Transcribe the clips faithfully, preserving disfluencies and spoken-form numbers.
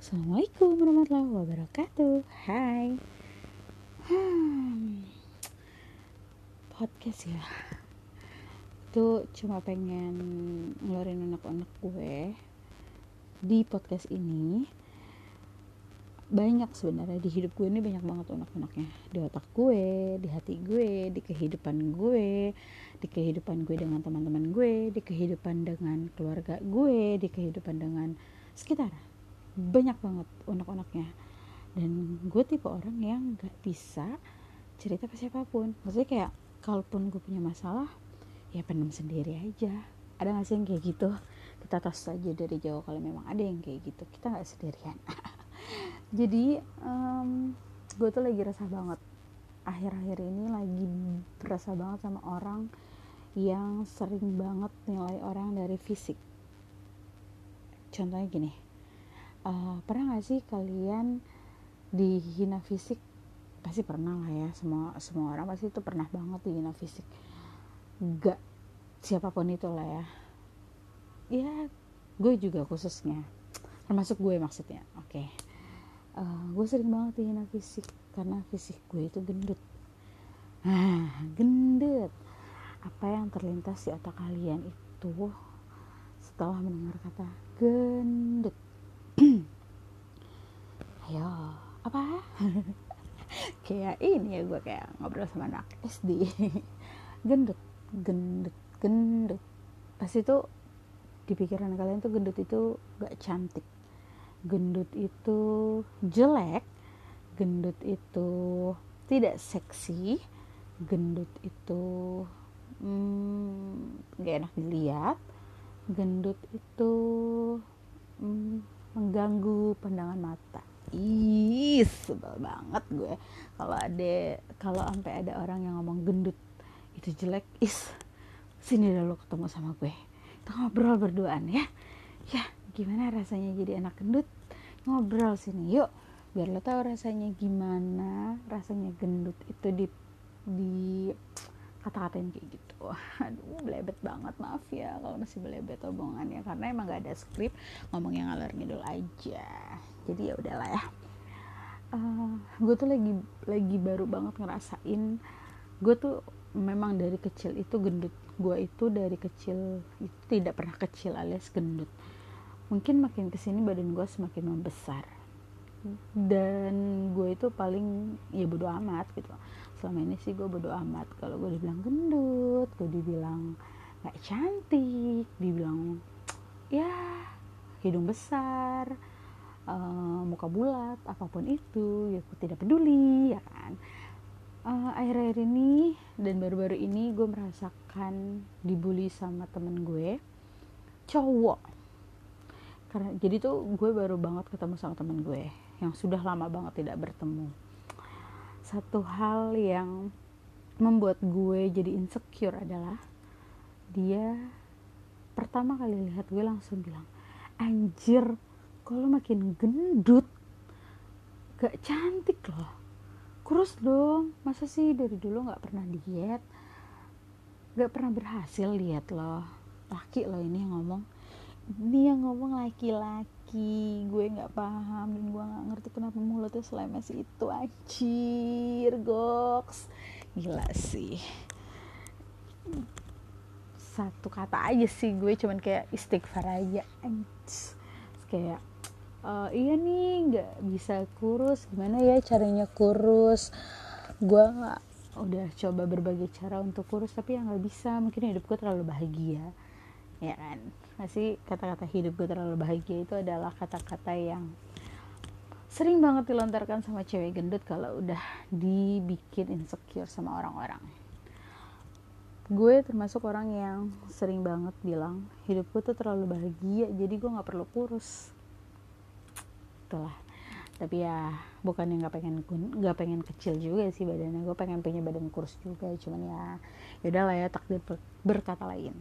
Assalamualaikum warahmatullahi wabarakatuh. Hai. Hmm, podcast ya. Itu cuma pengen ngeluarin anak-anak gue di podcast ini. Banyak sebenarnya di hidup gue ini banyak banget unek-uneknya. Di otak gue, di hati gue, di kehidupan gue, di kehidupan gue dengan teman-teman gue, di kehidupan dengan keluarga gue, di kehidupan dengan sekitar. Banyak banget unek-uneknya. Dan gue tipe orang yang gak bisa cerita ke siapapun. Maksudnya kayak kalaupun gue punya masalah, ya pendam sendiri aja. Ada gak sih yang kayak gitu? Kita tos aja dari jauh kalau memang ada yang kayak gitu. Kita gak sendirian. Jadi um, gue tuh lagi resah banget. Akhir-akhir ini lagi resah banget sama orang yang sering banget nilai orang dari fisik. Contohnya gini, uh, pernah gak sih kalian dihina fisik? Pasti pernah lah ya, semua semua orang pasti itu pernah banget dihina fisik. Gak siapapun itu lah ya. Ya, gue juga khususnya. Termasuk gue maksudnya. Oke. Okay. Uh, gue sering banget dihina fisik karena fisik gue itu gendut. Nah, gendut. Apa yang terlintas di otak kalian itu setelah mendengar kata gendut? Ayo, apa? Kayak ini ya, gue kayak ngobrol sama anak S D. gendut, gendut, gendut. Pasti itu di pikiran kalian tuh gendut itu gak cantik, gendut itu jelek, gendut itu tidak seksi, gendut itu hmm, gak enak dilihat, gendut itu hmm, mengganggu pandangan mata. Ih, sebel banget gue kalau ada kalau sampai ada orang yang ngomong gendut itu jelek. Is, sini dah lo ketemu sama gue, kita ngobrol berduaan ya. Ya, gimana rasanya jadi anak gendut? Ngobrol sini yuk, biar lo tahu rasanya gimana rasanya gendut itu di di kata-katain kayak gitu. Aduh, belebet banget, maaf ya kalau masih belebet omongannya, karena emang gak ada skrip, ngomong yang ngalor ngidul aja. Jadi ya udahlah ya. Uh, gue tuh lagi lagi baru banget ngerasain, gue tuh memang dari kecil itu gendut. Gue itu dari kecil itu tidak pernah kecil alias gendut. Mungkin makin kesini badan gue semakin membesar, dan gue itu paling ya bodo amat gitu. Selama ini sih gue bodo amat kalau gue dibilang gendut, gue dibilang gak cantik, dibilang ya hidung besar, uh, muka bulat, apapun itu ya gue tidak peduli ya kan. Uh, akhir-akhir ini dan baru-baru ini gue merasakan dibully sama temen gue cowok. Karena jadi tuh gue baru banget ketemu sama temen gue yang sudah lama banget tidak bertemu. Satu hal yang membuat gue jadi insecure adalah dia pertama kali lihat gue langsung bilang, anjir, kalau makin gendut, gak cantik loh, kurus dong, masa sih dari dulu gak pernah diet, gak pernah berhasil, lihat loh, laki loh ini yang ngomong. Dia ngomong laki-laki, gue nggak paham dan gue nggak ngerti kenapa mulutnya selemes itu, anjir, goks, gila sih. Satu kata aja sih gue cuman kayak istighfar aja, anjir. Kayak uh, iya nih nggak bisa kurus, gimana ya caranya kurus? Gue nggak udah coba berbagai cara untuk kurus tapi yang nggak bisa, mungkin hidup gue terlalu bahagia. Ya kan, masih kata-kata hidup gue terlalu bahagia itu adalah kata-kata yang sering banget dilontarkan sama cewek gendut kalau udah dibikin insecure sama orang-orang. Gue termasuk orang yang sering banget bilang hidup gue tuh terlalu bahagia jadi gue gak perlu kurus. Itulah. Tapi ya bukan yang gak pengen gak pengen kecil juga sih badannya, gue pengen punya badan kurus juga, cuman ya yaudah lah ya, takdir berkata lain.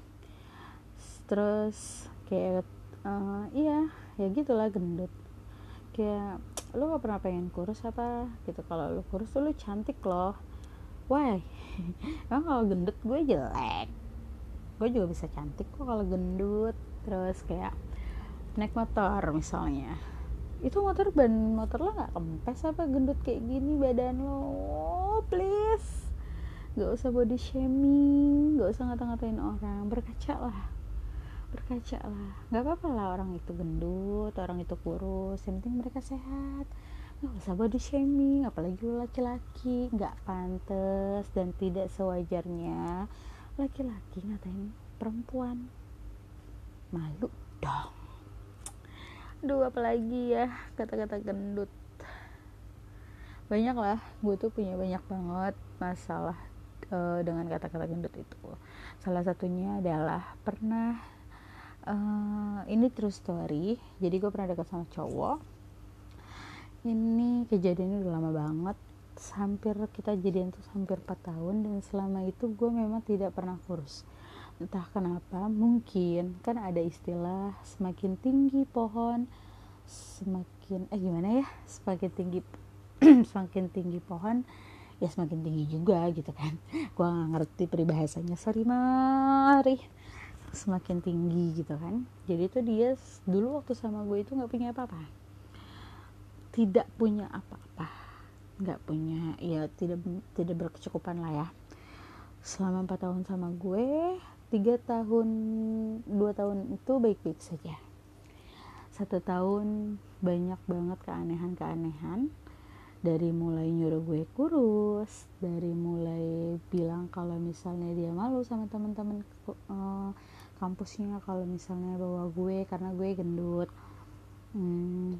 Terus kayak uh, iya ya gitulah gendut. Kayak lu gak pernah pengen kurus apa gitu? Kalau lu kurus tuh lu cantik loh. Why? Emang kalau gendut gue jelek? Gue juga bisa cantik kok kalau gendut. Terus kayak naik motor misalnya, Itu motor ban motor lo nggak kempes apa gendut kayak gini badan lo, please. Gak usah body shaming, gak usah ngata-ngatain orang, berkaca lah, berkaca lah. Gak apa-apa lah orang itu gendut, orang itu kurus, yang penting mereka sehat. Gak usah body shaming, apalagi lu laki-laki. Gak pantas dan tidak sewajarnya laki-laki ngatain perempuan. Malu dong. Aduh, apalagi ya kata-kata gendut. Banyak lah, gue tuh punya banyak banget masalah uh, dengan kata-kata gendut itu. Salah satunya adalah pernah uh, ini true story. Jadi gue pernah dekat sama cowok. Ini kejadiannya udah lama banget, hampir kita jadian tuh hampir empat tahun, dan selama itu gue memang tidak pernah kurus. Entah kenapa, mungkin kan ada istilah semakin tinggi pohon semakin eh gimana ya semakin tinggi semakin tinggi pohon ya semakin tinggi juga gitu kan. Gue nggak ngerti peribahasanya, sorry mari. Semakin tinggi gitu kan. Jadi tuh dia dulu waktu sama gue itu nggak punya apa-apa, tidak punya apa-apa, nggak punya, ya tidak tidak berkecukupan lah ya. Selama empat tahun sama gue, tiga tahun dua tahun itu baik-baik saja. Satu tahun banyak banget keanehan-keanehan. Dari mulai nyuruh gue kurus, dari mulai bilang kalau misalnya dia malu sama teman-teman uh, kampusnya kalau misalnya bawa gue karena gue gendut. hmm,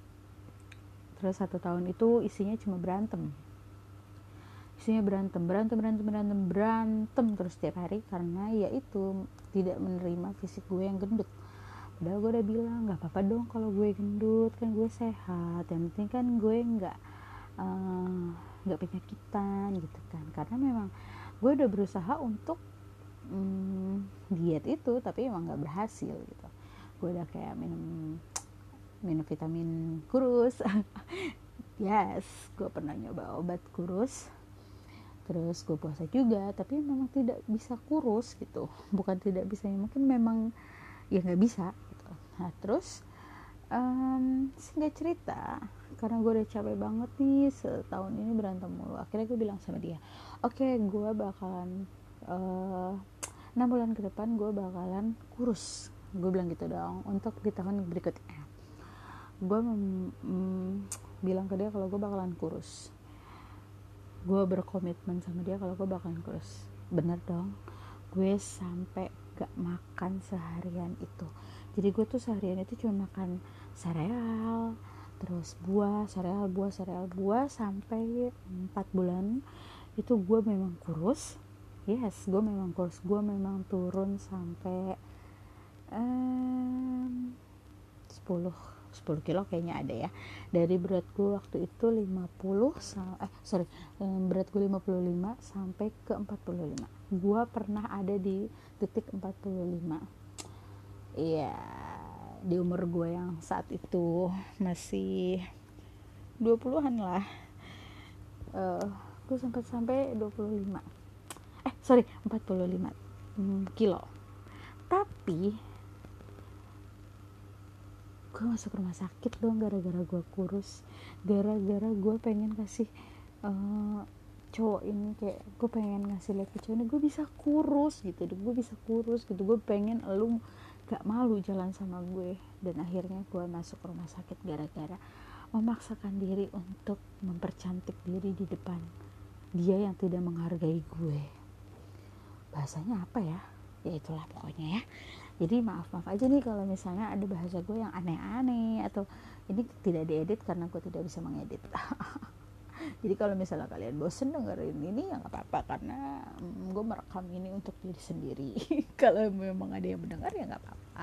Terus satu tahun itu isinya cuma berantem, isinya berantem, berantem, berantem, berantem, berantem terus setiap hari karena ya itu tidak menerima fisik gue yang gendut. Padahal gue udah bilang nggak apa-apa dong kalau gue gendut, kan gue sehat, yang penting kan gue nggak nggak uh, penyakitan gitu kan. Karena memang gue udah berusaha untuk um, diet itu, tapi emang nggak berhasil gitu. Gue udah kayak minum minum vitamin kurus yes, gue pernah nyoba obat kurus, terus gue puasa juga, tapi memang tidak bisa kurus gitu. Bukan tidak bisa, mungkin memang ya nggak bisa gitu. Nah terus um, singkat cerita, karena gue udah capek banget nih setahun ini berantem mulu, akhirnya gue bilang sama dia, oke okay, gue bakalan uh, enam bulan ke depan gue bakalan kurus, gue bilang gitu dong. Untuk di tahun berikutnya gue mem- mm, bilang ke dia kalau gue bakalan kurus. Gue berkomitmen sama dia kalau gue bakalan kurus. Bener dong, gue sampai gak makan seharian itu. Jadi gue tuh seharian itu cuma makan sereal, terus buah, sereal, buah, sereal, buah, sampai empat bulan itu gue memang kurus. Yes, gue memang kurus. Gue memang turun sampai um, sepuluh kilo kayaknya ada ya. Dari berat gue waktu itu lima puluh eh sorry berat gue lima puluh lima sampai ke empat puluh lima. Gue pernah ada di titik empat puluh lima. Iya, di umur gue yang saat itu masih dua puluhan lah. uh, gue sempat sampai dua puluh lima eh sorry empat puluh lima kilo. Tapi gue masuk rumah sakit dong gara-gara gue kurus, gara-gara gue pengen kasih uh, cowok ini, kayak gue pengen ngasih lihat ke cowok ini gue bisa kurus gitu, gue bisa kurus gitu, gue pengen elu gak malu jalan sama gue. Dan akhirnya gue masuk rumah sakit gara-gara memaksakan diri untuk mempercantik diri di depan dia yang tidak menghargai gue. Bahasanya apa ya, ya itulah pokoknya ya. Jadi maaf-maaf aja nih kalau misalnya ada bahasa gue yang aneh-aneh, atau ini tidak diedit karena gue tidak bisa mengedit. Jadi kalau misalnya kalian bosen dengerin ini ya nggak apa-apa, karena mm, gue merekam ini untuk diri sendiri. Kalau memang ada yang mendengar ya nggak apa-apa.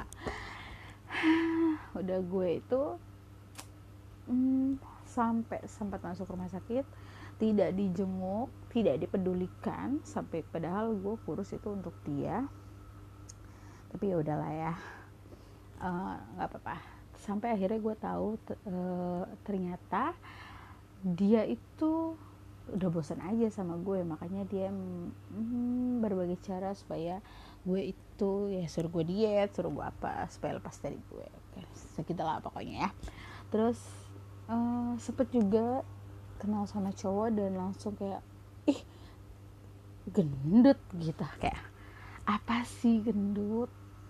Udah gue itu mm, sampai sempat masuk rumah sakit, tidak dijenguk, tidak dipedulikan, sampai padahal gue kurus itu untuk dia. Tapi ya udahlah ya, nggak uh, apa-apa. Sampai akhirnya gue tahu t- uh, ternyata dia itu udah bosan aja sama gue, makanya dia mm, berbagai cara supaya gue itu ya suruh gue diet, suruh gue apa supaya lepas dari gue. Oke, segitu lah pokoknya ya. Terus uh, sempet juga kenal sama cowok dan langsung kayak ih gendut gitu, kayak apa sih gendut,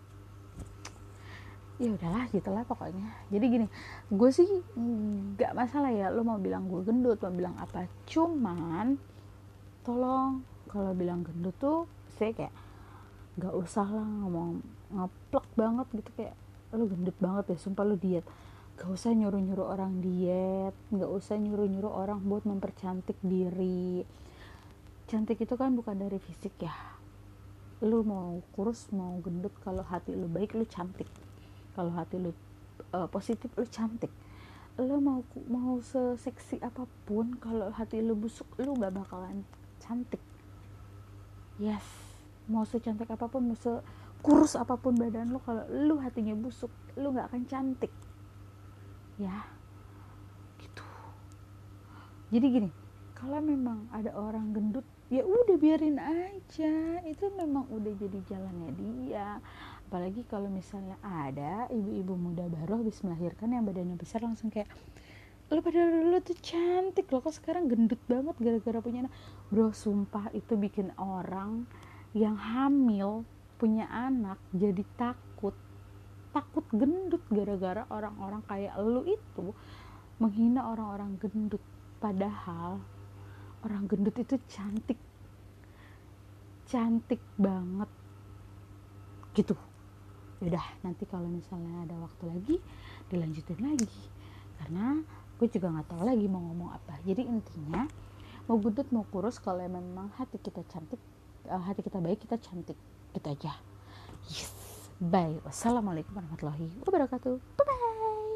ya udahlah gitulah pokoknya. Jadi gini, gue sih nggak masalah ya lo mau bilang gue gendut, mau bilang apa, cuman tolong kalau bilang gendut tuh saya kayak nggak usah lah ngomong ngeplek banget gitu, kayak lo gendut banget ya sumpah lo diet. Gak usah nyuruh-nyuruh orang diet, gak usah nyuruh-nyuruh orang buat mempercantik diri. Cantik itu kan bukan dari fisik ya, lu mau kurus mau gendut, kalau hati lu baik lu cantik, kalau hati lu uh, positif lu cantik. Lu mau mau seseksi apapun, kalau hati lu busuk lu gak bakalan cantik. Yes, mau secantik apapun, mau sekurus apapun badan lu, kalau lu hatinya busuk lu gak akan cantik ya gitu. Jadi gini, kalau memang ada orang gendut ya udah biarin aja, itu memang udah jadi jalannya dia. Apalagi kalau misalnya ada ibu-ibu muda baru habis melahirkan yang badannya besar langsung kayak lu pada lu tuh cantik loh kok sekarang gendut banget gara-gara punya anak. Bro sumpah itu bikin orang yang hamil punya anak jadi takut takut gendut gara-gara orang-orang kayak lu itu menghina orang-orang gendut. Padahal orang gendut itu cantik cantik banget gitu. Yaudah nanti kalau misalnya ada waktu lagi dilanjutin lagi, karena gue juga nggak tahu lagi mau ngomong apa. Jadi intinya mau gendut mau kurus, kalau memang hati kita cantik, hati kita baik, kita cantik gitu aja. Yes, bye. Wassalamualaikum warahmatullahi wabarakatuh. Bye bye.